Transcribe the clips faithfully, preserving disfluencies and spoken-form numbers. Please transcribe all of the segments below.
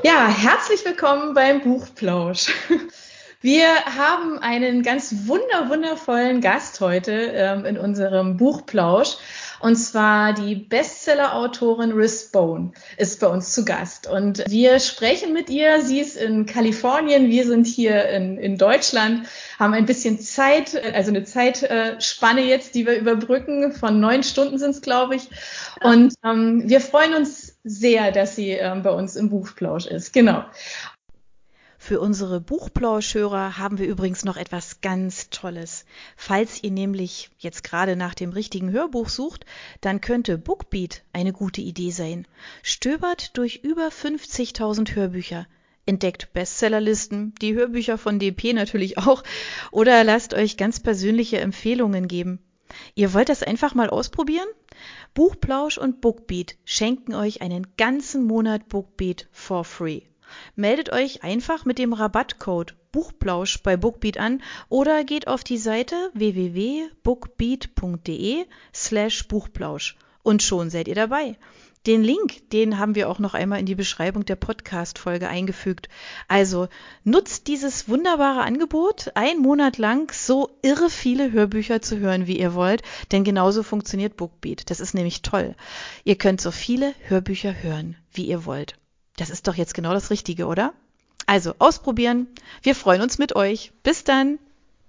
Ja, herzlich willkommen beim Buchplausch. Wir haben einen ganz wunder, wundervollen Gast heute ähm, in unserem Buchplausch. Und zwar die Bestseller-Autorin Riz Bone ist bei uns zu Gast. Und wir sprechen mit ihr. Sie ist in Kalifornien, wir sind hier in, in Deutschland, haben ein bisschen Zeit, also eine Zeitspanne jetzt, die wir überbrücken. Von neun Stunden sind es, glaube ich. Und ähm, wir freuen uns sehr, dass sie ähm, bei uns im Buchplausch ist. Genau. Für unsere Buchplauschhörer haben wir übrigens noch etwas ganz Tolles. Falls ihr nämlich jetzt gerade nach dem richtigen Hörbuch sucht, dann könnte Bookbeat eine gute Idee sein. Stöbert durch über fünfzigtausend Hörbücher, entdeckt Bestsellerlisten, die Hörbücher von D P natürlich auch, oder lasst euch ganz persönliche Empfehlungen geben. Ihr wollt das einfach mal ausprobieren? Buchplausch und Bookbeat schenken euch einen ganzen Monat Bookbeat for free. Meldet euch einfach mit dem Rabattcode Buchplausch bei Bookbeat an oder geht auf die Seite w w w punkt bookbeat punkt de slash Buchplausch und schon seid ihr dabei. Den Link, den haben wir auch noch einmal in die Beschreibung der Podcast-Folge eingefügt. Also nutzt dieses wunderbare Angebot, einen Monat lang so irre viele Hörbücher zu hören, wie ihr wollt, denn genauso funktioniert Bookbeat. Das ist nämlich toll. Ihr könnt so viele Hörbücher hören, wie ihr wollt. Das ist doch jetzt genau das Richtige, oder? Also ausprobieren. Wir freuen uns mit euch. Bis dann.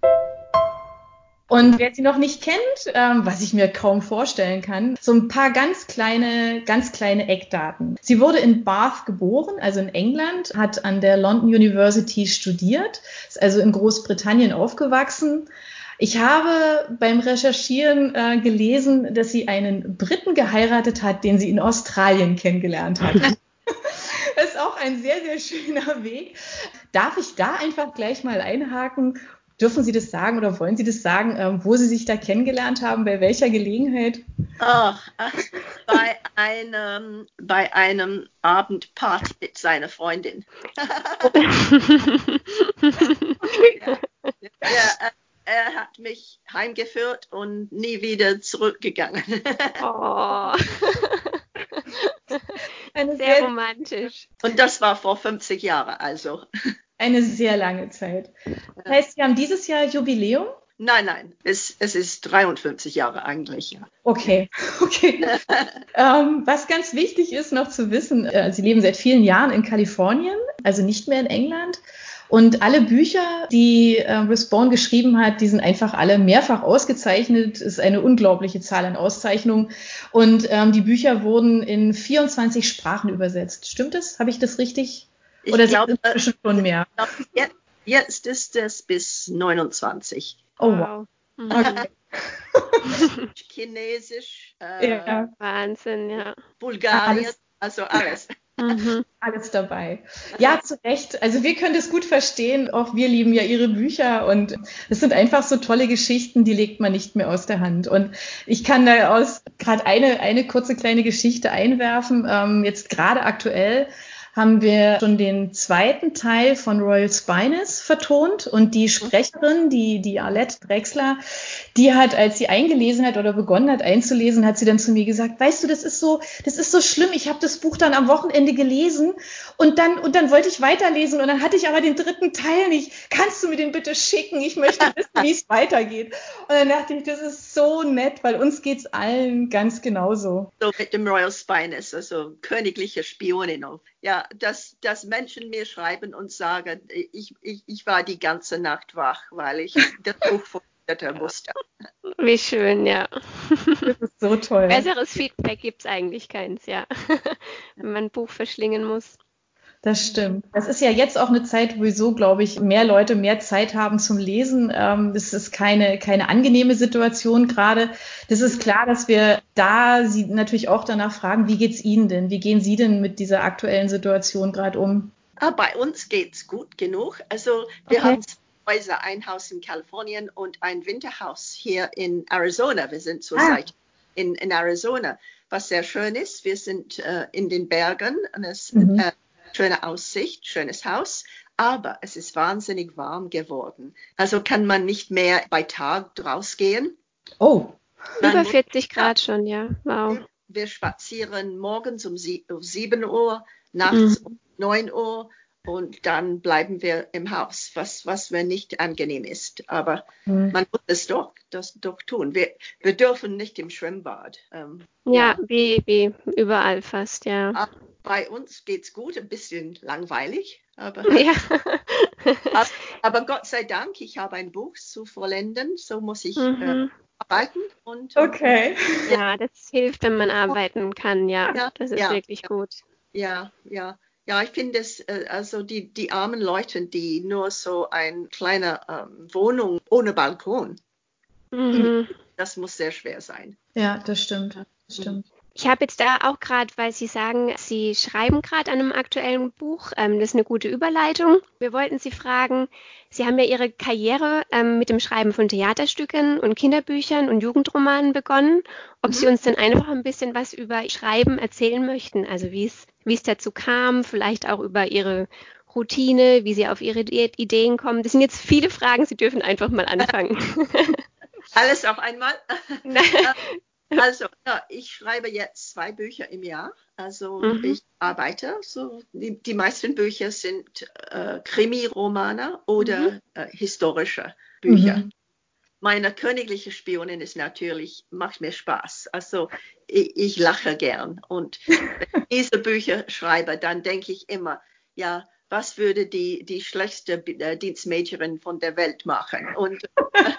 Und wer sie noch nicht kennt, ähm, was ich mir kaum vorstellen kann, so ein paar ganz kleine, ganz kleine Eckdaten. Sie wurde in Bath geboren, also in England, hat an der London University studiert, ist also in Großbritannien aufgewachsen. Ich habe beim Recherchieren äh, gelesen, dass sie einen Briten geheiratet hat, den sie in Australien kennengelernt hat. Das ist auch ein sehr, sehr schöner Weg. Darf ich da einfach gleich mal einhaken? Dürfen Sie das sagen oder wollen Sie das sagen, ähm, wo Sie sich da kennengelernt haben, bei welcher Gelegenheit? Oh, bei einem, bei einem Abendparty mit seiner Freundin. ja, ja, er hat mich heimgeführt und nie wieder zurückgegangen. Oh. Eine sehr, sehr romantisch. Und das war vor fünfzig Jahren, also. Eine sehr lange Zeit. Das heißt, Sie haben dieses Jahr Jubiläum? Nein, nein, es, es ist dreiundfünfzig Jahre eigentlich. Ja. Okay, okay. ähm, was ganz wichtig ist noch zu wissen, äh, Sie leben seit vielen Jahren in Kalifornien, also nicht mehr in England. Und alle Bücher, die äh, Riz Bone geschrieben hat, die sind einfach alle mehrfach ausgezeichnet. Ist eine unglaubliche Zahl an Auszeichnungen. Und ähm, die Bücher wurden in vierundzwanzig Sprachen übersetzt. Stimmt das? Habe ich das richtig? Oder ich glaube, inzwischen schon mehr? Jetzt, jetzt ist es bis neunundzwanzig. Oh, wow. Okay. Chinesisch, äh, ja. Wahnsinn, ja. Bulgarien, alles. Also alles. Mhm. Alles dabei. Ja, zu Recht. Also wir können das gut verstehen. Auch wir lieben ja Ihre Bücher und es sind einfach so tolle Geschichten, die legt man nicht mehr aus der Hand. Und ich kann da aus gerade eine, eine kurze kleine Geschichte einwerfen. Ähm, jetzt gerade aktuell haben wir schon den zweiten Teil von Royal Spinus vertont und die Sprecherin, die, die Arlette Drechsler, die hat, als sie eingelesen hat oder begonnen hat einzulesen, hat sie dann zu mir gesagt, weißt du, das ist so, das ist so schlimm, ich habe das Buch dann am Wochenende gelesen und dann, und dann wollte ich weiterlesen und dann hatte ich aber den dritten Teil nicht. Kannst du mir den bitte schicken? Ich möchte wissen, wie es weitergeht. Und dann dachte ich, das ist so nett, weil uns geht's allen ganz genauso. So mit dem Royal Spinus, also königliche Spionin. Ja, dass, dass Menschen mir schreiben und sagen, ich, ich, ich war die ganze Nacht wach, weil ich das Buch vorlesen musste. Wie schön, ja. Das ist so toll. Besseres Feedback gibt es eigentlich keins, ja. Wenn man ein Buch verschlingen muss. Das stimmt. Das ist ja jetzt auch eine Zeit, wo so, glaube ich, mehr Leute mehr Zeit haben zum Lesen. Ähm, das ist keine, keine angenehme Situation gerade. Das ist klar, dass wir da Sie natürlich auch danach fragen, wie geht's Ihnen denn? Wie gehen Sie denn mit dieser aktuellen Situation gerade um? Ah, bei uns geht's gut genug. Also wir Okay. haben zwei Häuser, ein Haus in Kalifornien und ein Winterhaus hier in Arizona. Wir sind zurzeit ah. in, in Arizona, was sehr schön ist. Wir sind äh, in den Bergen und es mhm. äh, schöne Aussicht, schönes Haus, aber es ist wahnsinnig warm geworden. Also kann man nicht mehr bei Tag rausgehen. Oh, über vierzig Grad schon, ja. Wow. Wir, wir spazieren morgens um, sie, um sieben Uhr nachts mhm. um neun Uhr und dann bleiben wir im Haus, was, was mir nicht angenehm ist. Aber mhm. man muss es doch, das doch tun. Wir, wir dürfen nicht im Schwimmbad. Ähm, ja, ja. Wie, wie überall fast, ja. Aber bei uns geht's gut, ein bisschen langweilig. Aber, ja. aber, aber Gott sei Dank, ich habe ein Buch zu vollenden, so muss ich mhm. äh, arbeiten. Und, okay. Und, ja, das hilft, wenn man arbeiten kann, ja. ja das ist ja, wirklich ja. gut. Ja, ja. Ja, ich finde es, äh, also die, die armen Leute, die nur so eine kleine ähm, Wohnung ohne Balkon, mhm. das muss sehr schwer sein. Ja, das stimmt. Das stimmt. Ich habe jetzt da auch gerade, weil Sie sagen, Sie schreiben gerade an einem aktuellen Buch, ähm, das ist eine gute Überleitung. Wir wollten Sie fragen, Sie haben ja Ihre Karriere ähm, mit dem Schreiben von Theaterstücken und Kinderbüchern und Jugendromanen begonnen. Ob mhm. Sie uns denn einfach ein bisschen was über Schreiben erzählen möchten, also wie es wie es dazu kam, vielleicht auch über Ihre Routine, wie Sie auf Ihre Ideen kommen. Das sind jetzt viele Fragen, Sie dürfen einfach mal anfangen. Alles auf einmal? Also, ja, ich schreibe jetzt zwei Bücher im Jahr. Also mhm. ich arbeite. So, die, die meisten Bücher sind äh, Krimi-Romane oder mhm. äh, historische Bücher. Mhm. Meine königliche Spionin ist natürlich, macht mir Spaß. Also ich, ich lache gern. Und wenn ich diese Bücher schreibe, dann denke ich immer, ja, was würde die, die schlechteste äh, Dienstmädchen von der Welt machen? Und, äh,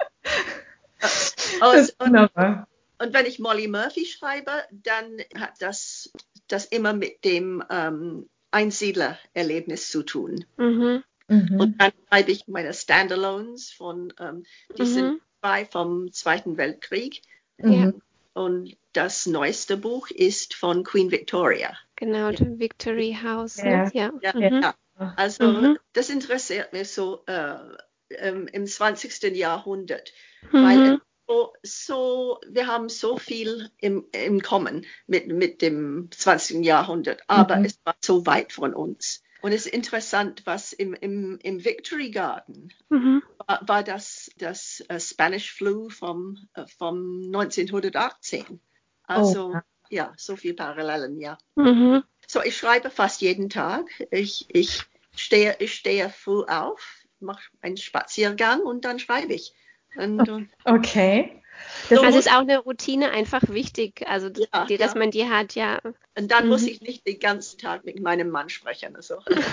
und, und Und wenn ich Molly Murphy schreibe, dann hat das, das immer mit dem ähm, Einsiedlererlebnis zu tun. Mhm. Mhm. Und dann schreibe ich meine Standalones von, ähm, die mhm. sind zwei vom Zweiten Weltkrieg. Mhm. Und das neueste Buch ist von Queen Victoria. Genau, The Victory House. Ja. Ne? Ja. Ja, mhm. ja. Also mhm. das interessiert mich so äh, ähm, im zwanzigsten Jahrhundert, mhm. weil So, so, wir haben so viel im, im Kommen mit, mit dem zwanzigsten Jahrhundert, aber mhm. es war so weit von uns. Und es ist interessant, was im, im, im Victory Garden mhm. war, war das, das uh, Spanish Flu vom, uh, vom neunzehnhundertachtzehn. Also, oh. ja, so viele Parallelen, ja. Mhm. So, ich schreibe fast jeden Tag. Ich, ich, stehe, ich stehe früh auf, mache einen Spaziergang und dann schreibe ich. Und, und okay. Das also ist auch eine Routine einfach wichtig, also ja, die, dass ja. man die hat, ja. Und dann mhm. muss ich nicht den ganzen Tag mit meinem Mann sprechen. Also.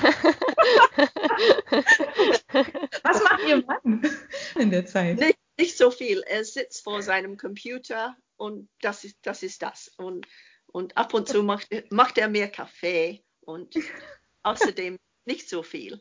Was macht Ihr Mann in der Zeit? Nicht, nicht so viel. Er sitzt vor seinem Computer und das ist das. Ist das. Und, und ab und zu macht, macht er mehr Kaffee und außerdem nicht so viel.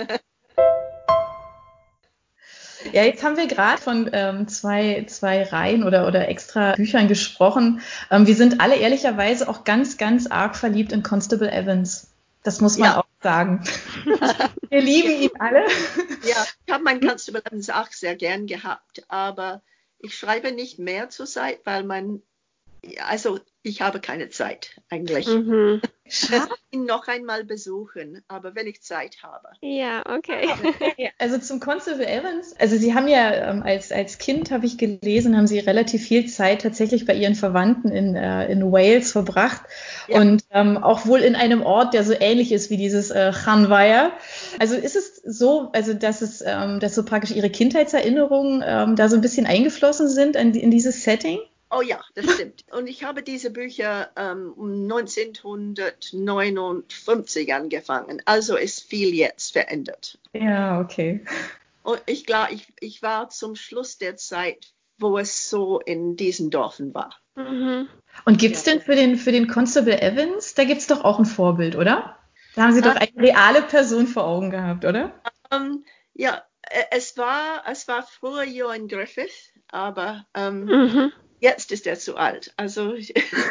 Ja, jetzt haben wir gerade von ähm, zwei, zwei Reihen oder, oder extra Büchern gesprochen. Ähm, wir sind alle ehrlicherweise auch ganz, ganz arg verliebt in Constable Evans. Das muss man ja. auch sagen. Wir lieben ihn alle. Ja, ich habe meinen Constable Evans auch sehr gern gehabt, aber ich schreibe nicht mehr zur Zeit, weil man, also ich habe keine Zeit eigentlich. Mhm. Ich werde ihn noch einmal besuchen, aber wenn ich Zeit habe. Ja, okay. Also zum Constable Evans, also Sie haben ja ähm, als, als Kind, habe ich gelesen, haben Sie relativ viel Zeit tatsächlich bei Ihren Verwandten in, äh, in Wales verbracht ja. und ähm, auch wohl in einem Ort, der so ähnlich ist wie dieses äh, Llanfair. Also ist es so, also dass es, ähm, dass so praktisch Ihre Kindheitserinnerungen ähm, da so ein bisschen eingeflossen sind in, in dieses Setting? Oh ja, das stimmt. Und ich habe diese Bücher ähm, um neunzehnhundertneunundfünfzig angefangen. Also ist viel jetzt verändert. Ja, okay. Und ich glaube, ich, ich war zum Schluss der Zeit, wo es so in diesen Dörfern war. Mhm. Und gibt es ja. denn für den, für den Constable Evans, da gibt es doch auch ein Vorbild, oder? Da haben Sie doch eine reale Person vor Augen gehabt, oder? Um, ja, es war, es war früher Ioan Griffith, aber um, mhm. jetzt ist er zu alt. Also ich,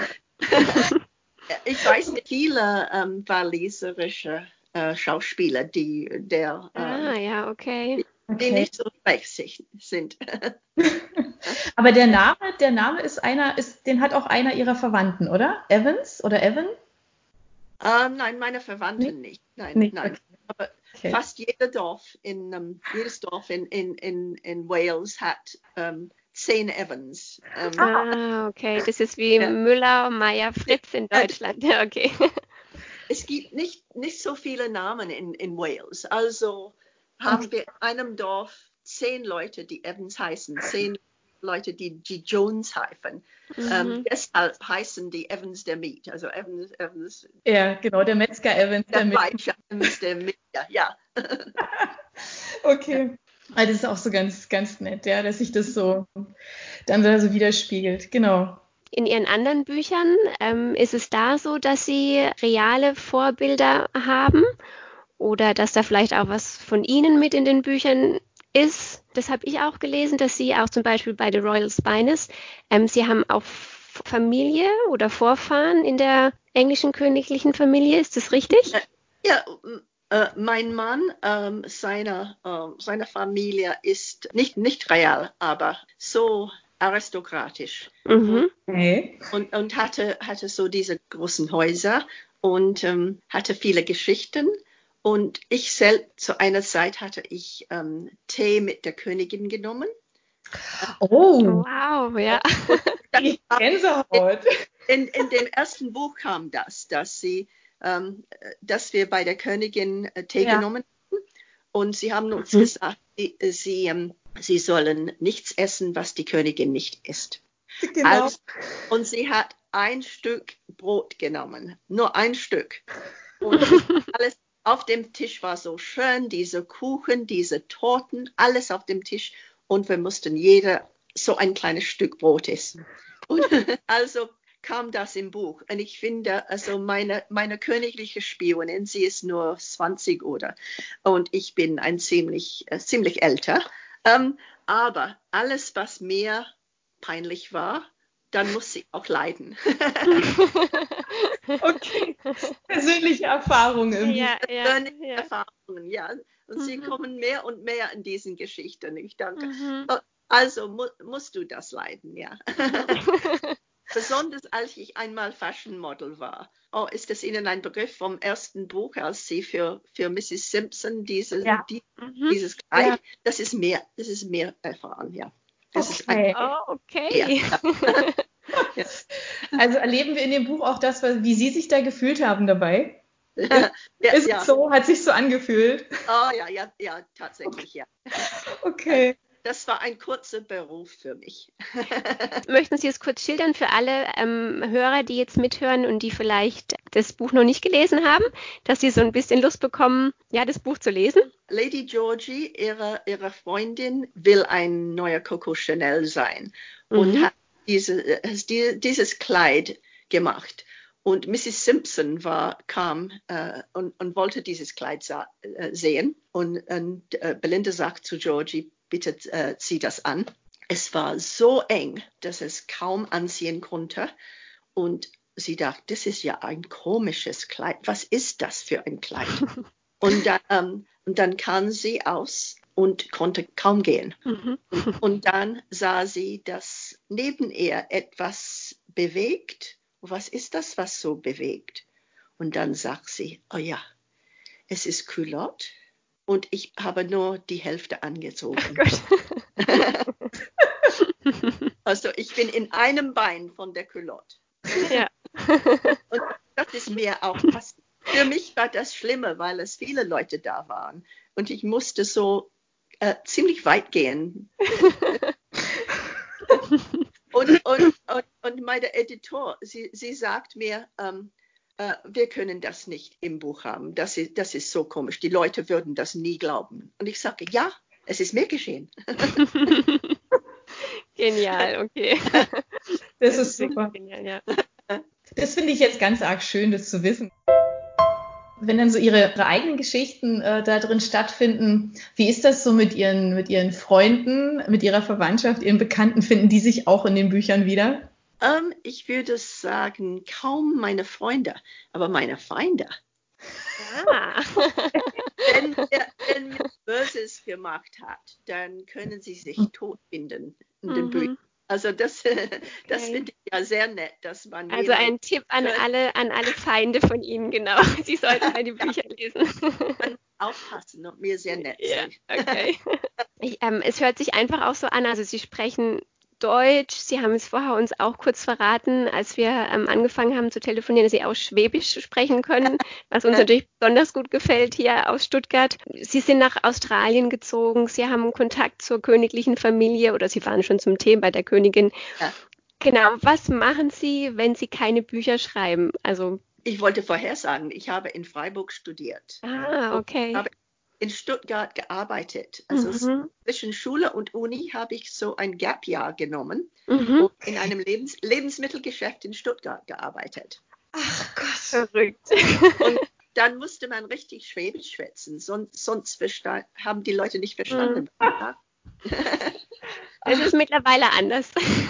ich weiß nicht viele ähm, waliserische äh, Schauspieler, die der ah, ähm, ja, okay. die, die okay. nicht so schlecht sind. Aber der Name, der Name ist einer, ist, den hat auch einer Ihrer Verwandten, oder? Evans oder Evan? Ähm, nein, meine Verwandten nee? nicht. Nein, nee, nein. Okay. Aber okay. fast jeder Dorf in um, jedes Dorf in, in, in, in Wales hat um, zehn Evans. Um, ah, okay. Das ist wie ja. Müller, Meyer, Fritz in Deutschland. Ja, okay. es gibt nicht, nicht so viele Namen in, in Wales. Also haben wir in einem Dorf zehn Leute, die Evans heißen, zehn Leute, die, die Jones heißen. Mhm. Ähm, deshalb heißen die Evans der Meat. Also Evans, Evans. Ja, genau, der Metzger Evans der, der Meat. Evans der Meat, ja. Okay. Also das ist auch so ganz, ganz nett, ja, dass sich das so dann so widerspiegelt. Genau. In Ihren anderen Büchern ähm, ist es da so, dass Sie reale Vorbilder haben oder dass da vielleicht auch was von Ihnen mit in den Büchern ist? Das habe ich auch gelesen, dass Sie auch zum Beispiel bei The Royal Spiness, ähm, Sie haben auch Familie oder Vorfahren in der englischen königlichen Familie. Ist das richtig? Ja, äh, mein Mann, ähm, seine, äh, seine Familie ist nicht, nicht real, aber so aristokratisch. Mhm. Okay. Und, und hatte, hatte so diese großen Häuser und ähm, hatte viele Geschichten. Und ich selbst, zu einer Zeit hatte ich ähm, Tee mit der Königin genommen. Oh, wow, ja. Die Gänsehaut. In, in dem ersten Buch kam das, dass sie, ähm, dass wir bei der Königin äh, Tee Ja. genommen haben. Und sie haben uns Mhm. gesagt, sie, sie, ähm, sie sollen nichts essen, was die Königin nicht isst. Genau. Also, und sie hat ein Stück Brot genommen, nur ein Stück. Und alles auf dem Tisch war so schön, diese Kuchen, diese Torten, alles auf dem Tisch. Und wir mussten jeder so ein kleines Stück Brot essen. Und also kam das im Buch. Und ich finde, also meine, meine königliche Spionin, sie ist nur zwanzig oder, und ich bin ein ziemlich, äh, ziemlich älter. Ähm, aber alles, was mir peinlich war, dann muss sie auch leiden. Okay. Persönliche Erfahrungen. Ja, ja, Persönliche ja. Erfahrungen, ja. Und sie Mhm. kommen mehr und mehr in diesen Geschichten. Ich danke. Mhm. Also mu musst du das leiden, ja. Besonders als ich einmal Fashion Model war. Oh, ist das Ihnen ein Begriff vom ersten Buch, als Sie für, für Misses Simpson diese, Ja. die, Mhm. dieses Kleid? Ja. Das ist mehr, das ist mehr erfahren, ja. Das ist Okay. ein, Oh, okay. ja. Ja. Also erleben wir in dem Buch auch das, wie Sie sich da gefühlt haben dabei? Ja, Ist ja. es so? Hat sich so angefühlt? Oh ja, ja, ja, tatsächlich, ja. Okay. Das war ein kurzer Beruf für mich. Möchten Sie es kurz schildern für alle ähm, Hörer, die jetzt mithören und die vielleicht das Buch noch nicht gelesen haben, dass sie so ein bisschen Lust bekommen, ja, das Buch zu lesen? Lady Georgie, ihre, ihre Freundin, will ein neuer Coco Chanel sein und Mhm. hat diese, die, dieses Kleid gemacht. Und Misses Simpson war, kam äh, und, und wollte dieses Kleid sa- äh, sehen. Und, und äh, Belinda sagt zu Georgie, bitte äh, zieh das an. Es war so eng, dass es kaum anziehen konnte. Und sie dachte, das ist ja ein komisches Kleid. Was ist das für ein Kleid? Und dann, ähm, und dann kam sie aus und konnte kaum gehen. Mhm. Und, und dann sah sie, dass neben ihr etwas bewegt. Was ist das, was so bewegt? Und dann sagt sie, oh ja, es ist Culotte und ich habe nur die Hälfte angezogen. Also ich bin in einem Bein von der Culotte. Ja. Und das ist mir auch passiert. Für mich war das Schlimme, weil es viele Leute da waren. Und ich musste so äh, ziemlich weit gehen. und, und, und, und meine Editor, sie, sie sagt mir, ähm, äh, wir können das nicht im Buch haben. Das ist, das ist so komisch. Die Leute würden das nie glauben. Und ich sage, ja, es ist mir geschehen. Genial, okay. Das ist super. Genial, ja. Das finde ich jetzt ganz arg schön, das zu wissen. Wenn dann so ihre, ihre eigenen Geschichten äh, da drin stattfinden, wie ist das so mit ihren, mit ihren Freunden, mit ihrer Verwandtschaft, ihren Bekannten? Finden die sich auch in den Büchern wieder? Ähm, ich würde sagen, kaum meine Freunde, aber meine Feinde. Ah. Wenn, wer- wenn mir Böses gemacht hat, dann können sie sich tot finden in den Büchern. Mhm. Also das, das Okay. finde ich ja sehr nett, dass man Also jemanden ein Tipp an alle, an alle Feinde von Ihnen, genau. Sie sollten mal die Bücher lesen. aufpassen und mir sehr nett Ja, sein. okay. Ich, ähm, es hört sich einfach auch so an, also Sie sprechen Deutsch. Sie haben es vorher uns auch kurz verraten, als wir ähm, angefangen haben zu telefonieren, dass Sie auch Schwäbisch sprechen können, was uns natürlich besonders gut gefällt hier aus Stuttgart. Sie sind nach Australien gezogen. Sie haben Kontakt zur königlichen Familie oder Sie waren schon zum Tee bei der Königin. Ja. Genau. Was machen Sie, wenn Sie keine Bücher schreiben? Also Ich wollte vorher sagen, ich habe in Freiburg studiert. Ah, okay. Ich habe in Stuttgart gearbeitet. Also Mhm. zwischen Schule und Uni habe ich so ein Gap-Jahr genommen Mhm. und in einem Lebens Lebensmittelgeschäft in Stuttgart gearbeitet. Ach Gott. Verrückt. Und dann musste man richtig Schwäbisch schwätzen, sonst, sonst versta- haben die Leute nicht verstanden. Es ist mittlerweile anders.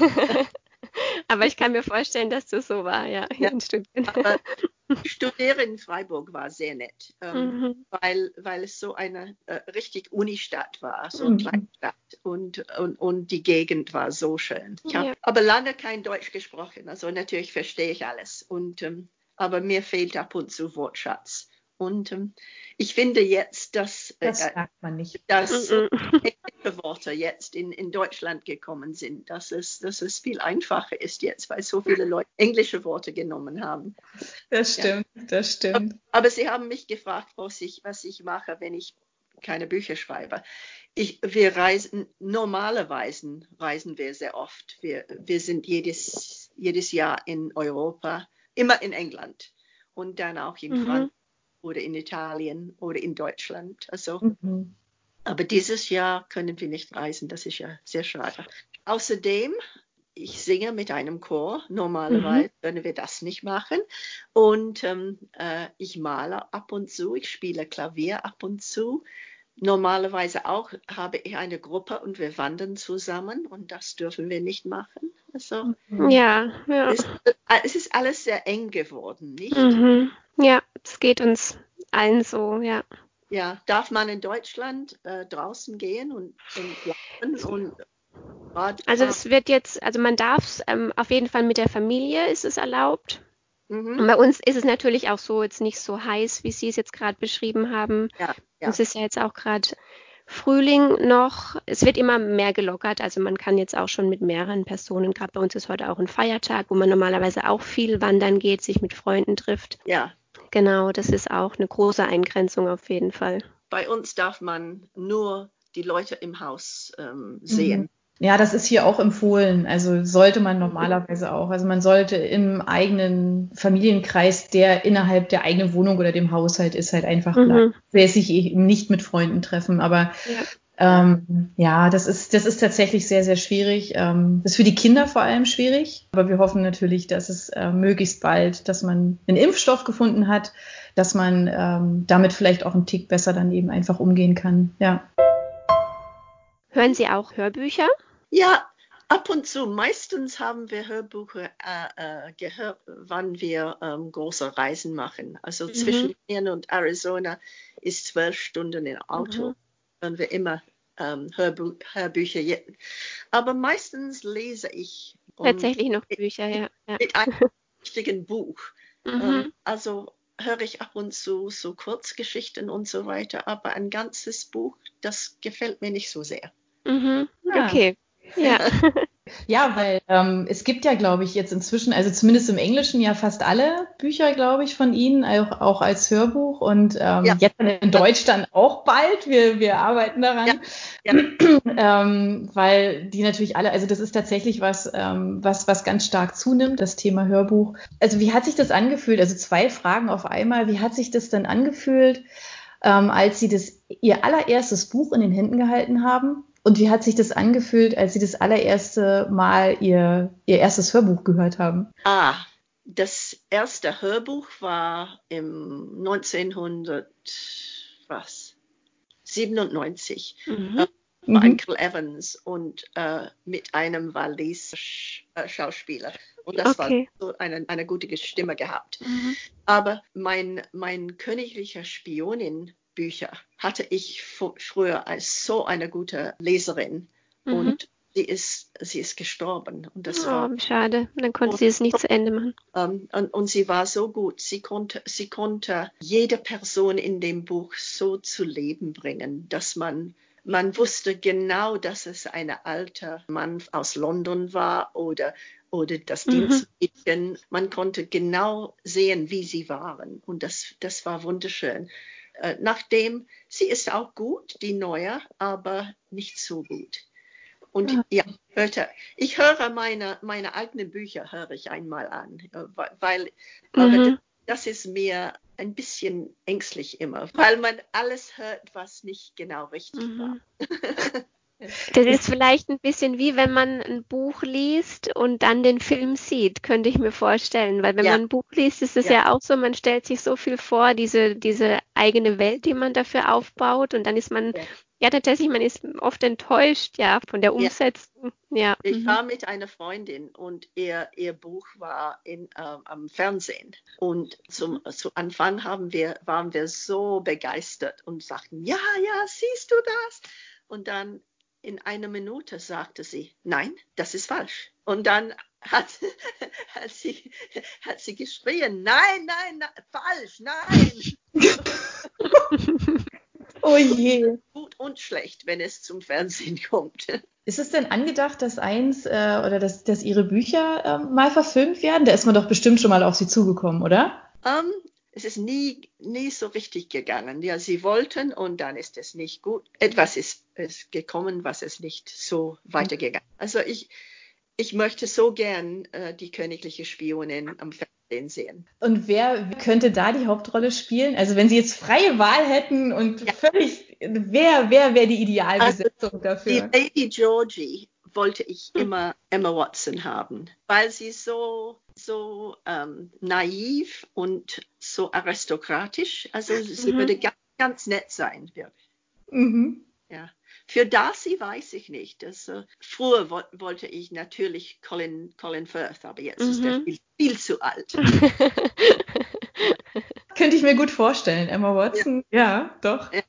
Aber ich kann mir vorstellen, dass das so war, ja, hier Ja, in Stuttgart. aber Studieren in Freiburg war sehr nett, ähm, Mhm. weil, weil es so eine äh, richtig Unistadt war, so eine Mhm. kleine Stadt und, und, und die Gegend war so schön. Ich habe Ja. aber lange kein Deutsch gesprochen, also natürlich verstehe ich alles, und, ähm, aber mir fehlt ab und zu Wortschatz. Und ähm, ich finde jetzt, dass, Das äh, merkt man nicht. dass so Mhm. englische Worte jetzt in, in Deutschland gekommen sind, dass es, dass es viel einfacher ist jetzt, weil so viele Leute englische Worte genommen haben. Das Ja. stimmt, das stimmt. Aber Sie haben mich gefragt, was ich, was ich mache, wenn ich keine Bücher schreibe. Ich, wir reisen, normalerweise reisen wir sehr oft. Wir, wir sind jedes, jedes Jahr in Europa, immer in England und dann auch in Mhm. Frankreich oder in Italien oder in Deutschland. Also, Mhm. aber dieses Jahr können wir nicht reisen, das ist ja sehr schade. Außerdem, ich singe mit einem Chor, normalerweise Mhm. können wir das nicht machen. Und ähm, äh, ich male ab und zu, ich spiele Klavier ab und zu. Normalerweise auch habe ich eine Gruppe und wir wandern zusammen und das dürfen wir nicht machen. Also Mhm. Ja, ja. es, es ist alles sehr eng geworden, nicht? Mhm. Ja, es geht uns allen so, ja. Ja, darf man in Deutschland äh, draußen gehen und, und laufen und Rad Also fahren? es wird jetzt, also man darf es ähm, auf jeden Fall mit der Familie ist es erlaubt. Mhm. Und bei uns ist es natürlich auch so jetzt nicht so heiß, wie Sie es jetzt gerade beschrieben haben. Ja, ja. Es ist ja jetzt auch gerade Frühling noch. Es wird immer mehr gelockert. Also man kann jetzt auch schon mit mehreren Personen, gerade bei uns ist heute auch ein Feiertag, wo man normalerweise auch viel wandern geht, sich mit Freunden trifft. Ja. Genau, das ist auch eine große Eingrenzung auf jeden Fall. Bei uns darf man nur die Leute im Haus ähm, Mhm. sehen. Ja, das ist hier auch empfohlen. Also sollte man normalerweise auch. Also man sollte im eigenen Familienkreis, der innerhalb der eigenen Wohnung oder dem Haushalt ist, halt einfach bleiben. Mhm. Wer sich eben nicht mit Freunden treffen. Aber Ja. ähm, ja, das ist, das ist tatsächlich sehr, sehr schwierig. Ähm, das ist für die Kinder vor allem schwierig. Aber wir hoffen natürlich, dass es äh, möglichst bald, dass man einen Impfstoff gefunden hat, dass man ähm, damit vielleicht auch einen Tick besser dann eben einfach umgehen kann. Ja. Hören Sie auch Hörbücher? Ja, ab und zu. Meistens haben wir Hörbücher äh, äh, gehört, wann wir ähm, große Reisen machen. Also Mhm. zwischen Wien und Arizona ist zwölf Stunden im Auto. Mhm. Hören wir immer ähm, Hörbü Hörbücher. Je- Aber meistens lese ich und Tatsächlich noch mit, Bücher, ja. Ja. mit einem richtigen Buch. Ähm, Mhm. also höre ich ab und zu so Kurzgeschichten und so weiter. Aber ein ganzes Buch, das gefällt mir nicht so sehr. Mhm. Ja. Okay. Ja. Ja, weil ähm, es gibt ja, glaube ich, jetzt inzwischen, also zumindest im Englischen ja fast alle Bücher, glaube ich, von Ihnen, auch, auch als Hörbuch und ähm, Ja. jetzt in Deutsch dann auch bald. Wir, wir arbeiten daran, Ja. ähm, weil die natürlich alle, also das ist tatsächlich was, ähm, was, was ganz stark zunimmt, das Thema Hörbuch. Also wie hat sich das angefühlt? Also zwei Fragen auf einmal. Wie hat sich das dann angefühlt, ähm, als Sie das Ihr allererstes Buch in den Händen gehalten haben? Und wie hat sich das angefühlt, als Sie das allererste Mal Ihr, Ihr erstes Hörbuch gehört haben? Ah, das erste Hörbuch war im neunzehnhundert, was? siebenundneunzig. Mhm. Äh, war Mhm. Uncle Evans und äh, mit einem Walisischen äh, Schauspieler. Und das war Okay. so eine, eine gute Stimme gehabt. Mhm. Aber mein, mein königlicher Spionin Bücher hatte ich f- früher als so eine gute Leserin. Mhm. Und sie ist, sie ist gestorben. Und das war Oh, schade. Dann konnte so, sie es nicht zu Ende machen. ähm, und, und sie war so gut. Sie konnte, sie konnte jede Person in dem Buch so zu Leben bringen, dass man man wusste genau, dass es ein alter Mann aus London war oder, oder das Mhm. Dienstmädchen. Man konnte genau sehen, wie sie waren. Und das, das war wunderschön. Äh, nachdem, sie ist auch gut, die neue, aber nicht so gut. Und Ja. ja, hörte, ich höre meine, meine eigenen Bücher, höre ich einmal an, äh, weil, aber das, Mhm. das ist mir ein bisschen ängstlich immer, weil man alles hört, was nicht genau richtig war. Mhm. Das ist vielleicht ein bisschen wie wenn man ein Buch liest und dann den Film sieht, könnte ich mir vorstellen. Weil wenn Ja, man ein Buch liest, ist es ja, ja auch so, man stellt sich so viel vor, diese, diese eigene Welt, die man dafür aufbaut. Und dann ist man, ja, ja tatsächlich, man ist oft enttäuscht, ja, von der ja. Umsetzung. Ja. Ich Mhm. war mit einer Freundin und ihr, ihr Buch war in, ähm, am Fernsehen. Und zum, zu Anfang haben wir, waren wir so begeistert und sagten, ja, ja, siehst du das? Und dann in einer Minute sagte sie, nein, das ist falsch. Und dann hat, hat, sie, hat sie geschrien, nein, nein, nein, falsch, nein. Oh je. Gut und schlecht, wenn es zum Fernsehen kommt. Ist es denn angedacht, dass eins äh, oder dass, dass Ihre Bücher ähm, mal verfilmt werden? Da ist man doch bestimmt schon mal auf Sie zugekommen, oder? Um, es ist nie, nie so richtig gegangen. Ja, sie wollten und dann ist es nicht gut. Etwas ist, ist gekommen, was es nicht so weitergegangen. Also ich, ich möchte so gern äh, die königliche Spionin am Fernsehen sehen. Und wer könnte da die Hauptrolle spielen? Also wenn Sie jetzt freie Wahl hätten und Ja, völlig, wer, wer wäre die also Idealbesetzung die dafür? Lady Georgie wollte ich immer Emma Watson haben, weil sie so, so ähm, naiv und so aristokratisch, also sie Mhm. würde ganz, ganz nett sein, wirklich. Mhm. Ja. Für Darcy weiß ich nicht. Das, äh, früher wo wollte ich natürlich Colin, Colin Firth, aber jetzt ist er Mhm. viel, viel zu alt. Ja. Könnte ich mir gut vorstellen, Emma Ja. Watson. Ja, doch. Ja.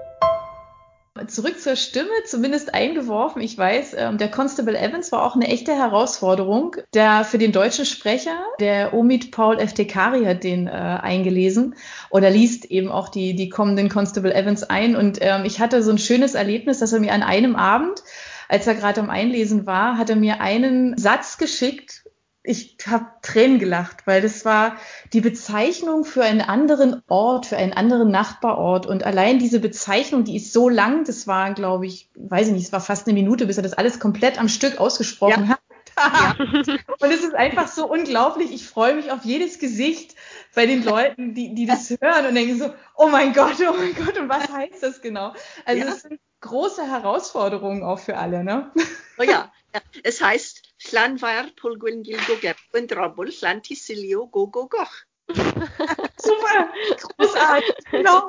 Zurück zur Stimme, zumindest eingeworfen. Ich weiß, ähm, der Constable Evans war auch eine echte Herausforderung. Der für den deutschen Sprecher, der Omid Paul Eftekari, hat den äh, eingelesen oder liest eben auch die, die kommenden Constable Evans ein. Und ähm, ich hatte so ein schönes Erlebnis, dass er mir an einem Abend, als er gerade am Einlesen war, hat er mir einen Satz geschickt. Ich habe Tränen gelacht, weil das war die Bezeichnung für einen anderen Ort, für einen anderen Nachbarort. Und allein diese Bezeichnung, die ist so lang, das war, glaube ich, weiß ich nicht, es war fast eine Minute, bis er das alles komplett am Stück ausgesprochen Ja. hat. Ja. Und es ist einfach so unglaublich. Ich freue mich auf jedes Gesicht bei den Leuten, die, die das hören und denken so, oh mein Gott, oh mein Gott, und was heißt das genau? Also Ja. es sind große Herausforderungen auch für alle, ne? Oh ja. Ja. Es heißt Llanfair Pulgwyn Gilgogeb und Drobul Llantysilio Gogo Goch. Super, großartig, genau.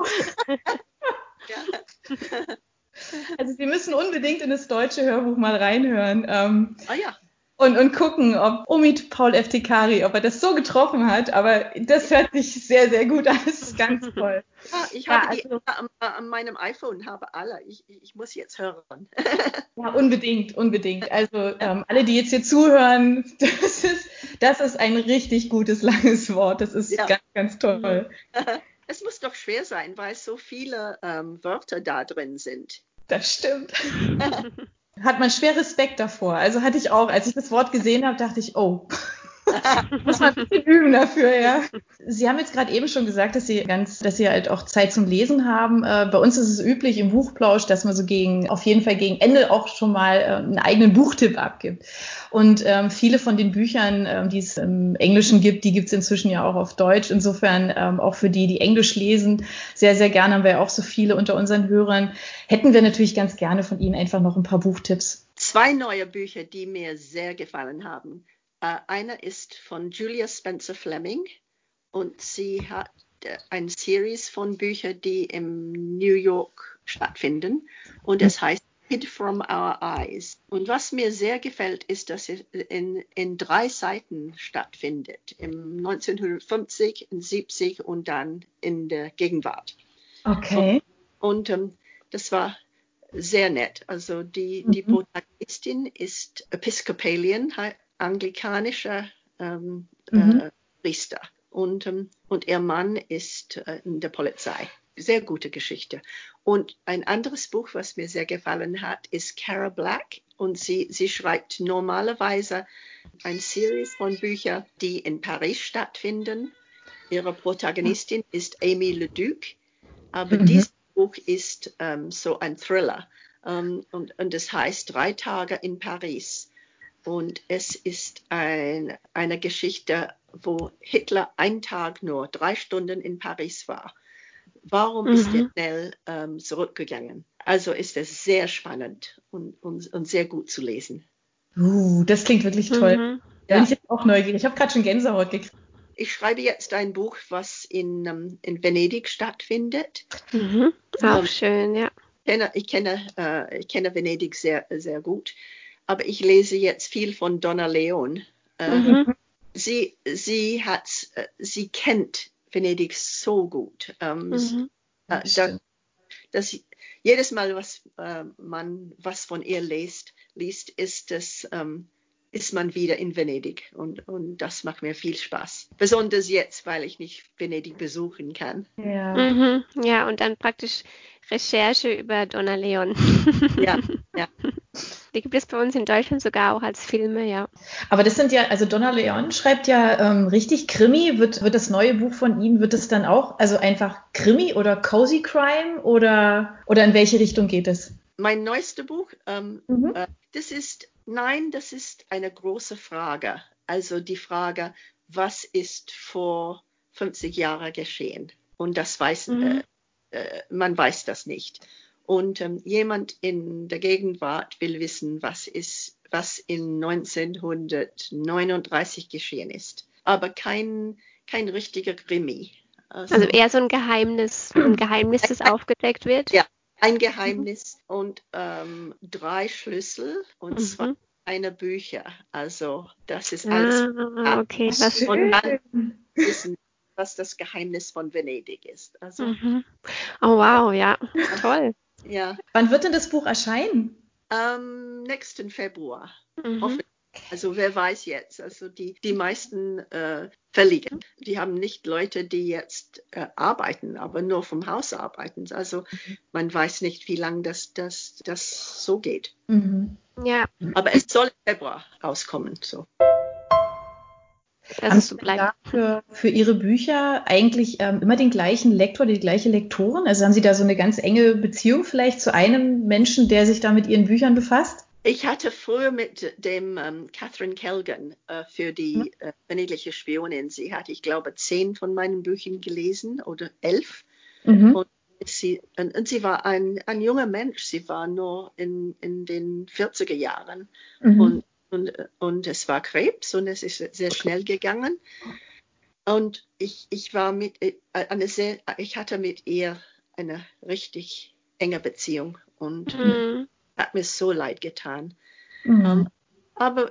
Ja. Also Sie müssen unbedingt in das deutsche Hörbuch mal reinhören ähm, Ah ja. und, und gucken, ob Omid Paul Eftekari, ob er das so getroffen hat. Aber das hört sich sehr, sehr gut an. Das ist ganz toll. Ja, ich Ja, habe die also an, an meinem iPhone, habe alle. Ich, ich muss jetzt hören. ja, unbedingt, unbedingt. Also ähm, alle, die jetzt hier zuhören, das ist, das ist ein richtig gutes, langes Wort. Das ist Ja. ganz, ganz toll. Es muss doch schwer sein, weil so viele ähm, Wörter da drin sind. Das stimmt. Hat man schwer Respekt davor. Also hatte ich auch, als ich das Wort gesehen habe, dachte ich, oh, muss man ein bisschen üben dafür, ja. Sie haben jetzt gerade eben schon gesagt, dass Sie ganz, dass Sie halt auch Zeit zum Lesen haben. Äh, bei uns ist es üblich im Buchplausch, dass man so gegen, auf jeden Fall gegen Ende auch schon mal äh, einen eigenen Buchtipp abgibt. Und ähm, viele von den Büchern, ähm, die es im Englischen gibt, die gibt es inzwischen ja auch auf Deutsch. Insofern ähm, auch für die, die Englisch lesen, sehr, sehr gerne, haben wir ja auch so viele unter unseren Hörern, hätten wir natürlich ganz gerne von Ihnen einfach noch ein paar Buchtipps. Zwei neue Bücher, die mir sehr gefallen haben. Uh, einer ist von Julia Spencer Fleming und sie hat uh, eine Series von Büchern, die in New York stattfinden und es heißt Hid from Our Eyes. Und was mir sehr gefällt, ist, dass es in, in drei Seiten stattfindet. Im neunzehnhundertfünfzig, in siebzig und dann in der Gegenwart. Okay. Und, und um, das war sehr nett. Also die, die Mhm. Protagonistin ist Episcopalian, anglikanischer ähm, Mhm. äh, Priester. Und, ähm, und ihr Mann ist äh, in der Polizei. sehr gute Geschichte. Und ein anderes Buch, was mir sehr gefallen hat, ist Cara Black. Und sie, sie schreibt normalerweise eine Serie von Büchern, die in Paris stattfinden. Ihre Protagonistin ist Amy Leduc. Aber mhm. dieses Buch ist ähm, so ein Thriller. Ähm, und, und es heißt Drei Tage in Paris. Und es ist ein, eine Geschichte, wo Hitler einen Tag nur drei Stunden in Paris war. Warum mhm. ist er schnell ähm, zurückgegangen? Also ist es sehr spannend und, und, und sehr gut zu lesen. Uh, das klingt wirklich toll. Mhm. Da bin ja. ich jetzt auch neugierig. Ich habe gerade schon Gänsehaut gekriegt. Ich schreibe jetzt ein Buch, was in, um, in Venedig stattfindet. Mhm. Auch ähm, schön, ja. Ich kenne, ich, kenne, äh, ich kenne Venedig sehr, sehr gut. Aber ich lese jetzt viel von Donna Leon. Äh, mhm. sie, sie, hat, sie kennt Venedig so gut. Ähm, mhm. äh, da, dass jedes Mal, was äh, man was von ihr liest, liest ist, das, ähm, ist man wieder in Venedig. Und, und das macht mir viel Spaß. Besonders jetzt, weil ich nicht Venedig besuchen kann. Ja, mhm. Ja, und dann praktisch Recherche über Donna Leon. Ja, ja. Die gibt es bei uns in Deutschland sogar auch als Filme, ja. Aber das sind ja, also Donna Leon schreibt ja ähm, richtig Krimi. Wird, wird das neue Buch von Ihnen, wird es dann auch, also einfach Krimi oder Cozy Crime oder, oder in welche Richtung geht es? Mein neuestes Buch, ähm, mhm. äh, das ist, nein, das ist eine große Frage. Also die Frage, was ist vor fünfzig Jahren geschehen? Und das weiß, mhm. äh, äh, man weiß das nicht. Und ähm, jemand in der Gegenwart will wissen, was ist, was in neunzehnhundertneununddreißig geschehen ist. Aber kein, kein richtiger Krimi. Also, also eher so ein Geheimnis, ein Geheimnis, das aufgedeckt wird? Ja, ein Geheimnis mhm. und ähm, drei Schlüssel und mhm. zwei kleine Bücher. Also das ist alles. Ah, okay, was und dann wissen, was das Geheimnis von Venedig ist. Also, mhm. Oh wow, ja, toll. Ja. Wann wird denn das Buch erscheinen? Ähm, nächsten Februar. Mhm. Also wer weiß jetzt. Also die, die meisten äh, Verleger, die haben nicht Leute, die jetzt äh, arbeiten, aber nur vom Haus arbeiten. Also mhm. man weiß nicht, wie lange das, das, das so geht. Mhm. Ja. Aber es soll im Februar rauskommen. So. Das haben Sie da für, für Ihre Bücher eigentlich ähm, immer den gleichen Lektor, die gleiche Lektorin? Also haben Sie da so eine ganz enge Beziehung vielleicht zu einem Menschen, der sich da mit Ihren Büchern befasst? Ich hatte früher mit dem ähm, Catherine Kelgan äh, für die äh, venedische Spionin, sie hat, ich glaube, zehn von meinen Büchern gelesen oder elf. Mhm. Und, sie, und, und sie war ein, ein junger Mensch, sie war nur in, in den vierziger Jahren. Mhm. Und Und, und es war Krebs und es ist sehr schnell gegangen. Und ich, ich war mit, eine sehr, ich hatte mit ihr eine richtig enge Beziehung und mhm. hat mir so leid getan. Mhm. Um, aber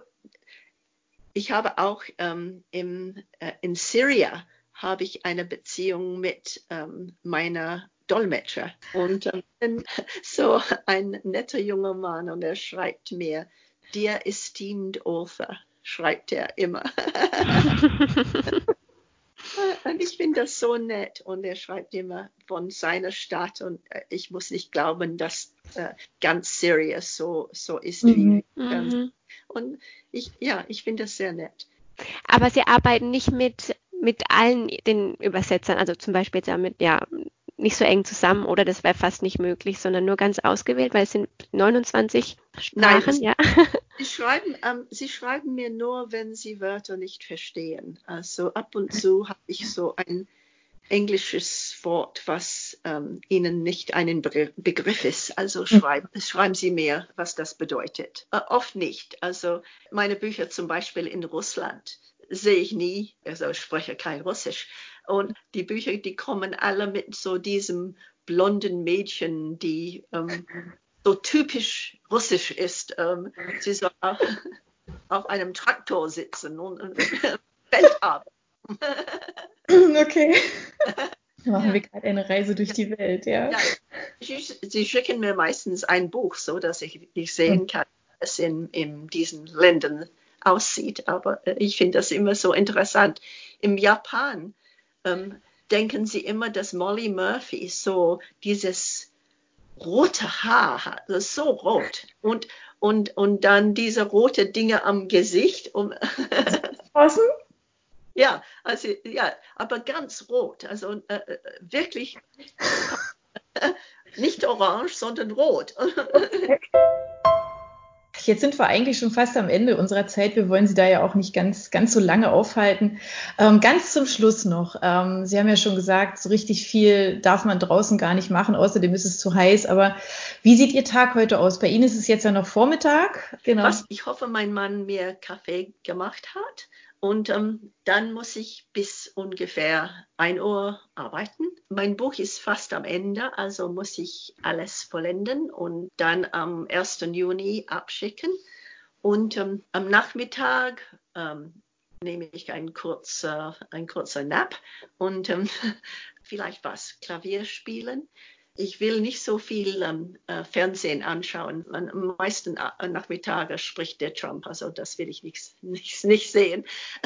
ich habe auch um, im, uh, in Syrien habe ich eine Beziehung mit um, meiner Dolmetscher. Und um, so ein netter junger Mann und er schreibt mir, Dear esteemed author, schreibt er immer. Und ich finde das so nett. Und er schreibt immer von seiner Stadt. Und ich muss nicht glauben, dass äh, ganz Serious so, so ist mhm. wie. Ähm, und ich, ja, ich finde das sehr nett. Aber Sie arbeiten nicht mit, mit allen den Übersetzern, also zum Beispiel jetzt mit, ja, nicht so eng zusammen oder das wäre fast nicht möglich, sondern nur ganz ausgewählt, weil es sind neunundzwanzig Sprachen, Nein, ja. Sie schreiben, ähm, Sie schreiben mir nur, wenn Sie Wörter nicht verstehen. Also ab und zu habe ich so ein englisches Wort, was ähm, Ihnen nicht einen Be- Begriff ist. Also schreiben, schreiben Sie mir, was das bedeutet. Äh, oft nicht. Also meine Bücher zum Beispiel in Russland sehe ich nie, also ich spreche kein Russisch. Und die Bücher, die kommen alle mit so diesem blonden Mädchen, die ähm, so typisch russisch ist. Ähm, sie soll auf, auf einem Traktor sitzen und, und Feld arbeiten. Okay. Machen ja. wir gerade eine Reise durch ja. die Welt, ja. ja. Sie, sie schicken mir meistens ein Buch, so dass ich, ich sehen kann, wie es in, in diesen Ländern aussieht. Aber ich finde das immer so interessant. Im Japan ähm, denken sie immer, dass Molly Murphy so dieses rote Haar hat, das ist so rot. Und, und, und dann diese rote Dinge am Gesicht. Um Außen? Ja, also, ja, aber ganz rot. Also äh, wirklich nicht orange, sondern rot. Okay. Jetzt sind wir eigentlich schon fast am Ende unserer Zeit. Wir wollen Sie da ja auch nicht ganz, ganz so lange aufhalten. Ähm, ganz zum Schluss noch. Ähm, Sie haben ja schon gesagt, so richtig viel darf man draußen gar nicht machen. Außerdem ist es zu heiß. Aber wie sieht Ihr Tag heute aus? Bei Ihnen ist es jetzt ja noch Vormittag. Genau. Was, ich hoffe, mein Mann mir Kaffee gemacht hat. Und ähm, dann muss ich bis ungefähr ein Uhr arbeiten. Mein Buch ist fast am Ende, also muss ich alles vollenden und dann am ersten Juni abschicken. Und ähm, am Nachmittag ähm, nehme ich einen kurzen ein kurzer Nap und ähm, vielleicht was Klavier spielen. Ich will nicht so viel ähm, äh, Fernsehen anschauen. Am meisten äh, Nachmittage spricht der Trump, also das will ich nicht, nicht, nicht sehen.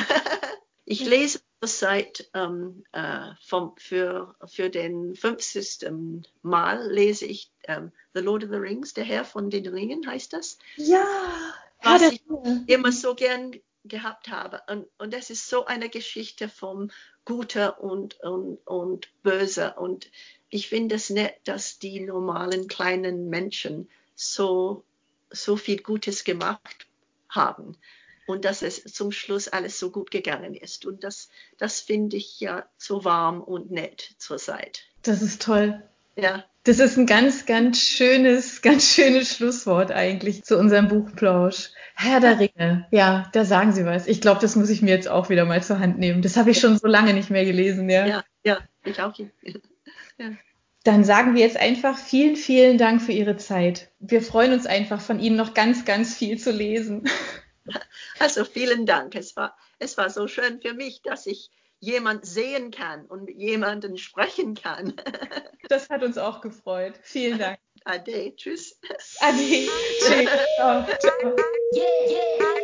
Ich lese seit ähm, äh, vom, für, für den fünfzigsten Mal lese ich ähm, The Lord of the Rings, der Herr von den Ringen heißt das. Ja, was ich immer so gern gehabt habe. Und, und das ist so eine Geschichte vom Gute und, und, und Böse. Und ich finde es nett, dass die normalen kleinen Menschen so, so viel Gutes gemacht haben. Und dass es zum Schluss alles so gut gegangen ist. Und das, das finde ich ja so warm und nett zurzeit. Das ist toll. Ja. Das ist ein ganz, ganz schönes, ganz schönes Schlusswort eigentlich zu unserem Buchplausch. Herr der Ringe, ja, da sagen Sie was. Ich glaube, das muss ich mir jetzt auch wieder mal zur Hand nehmen. Das habe ich schon so lange nicht mehr gelesen, ja. Ja, ja, ich auch. Ja. Dann sagen wir jetzt einfach vielen, vielen Dank für Ihre Zeit. Wir freuen uns einfach, von Ihnen noch ganz, ganz viel zu lesen. Also vielen Dank. Es war, es war so schön für mich, dass ich jemand sehen kann und mit jemandem sprechen kann. Das hat uns auch gefreut. Vielen Dank. Ade, tschüss. Ade, tschüss. Ciao, ciao. Yeah, yeah.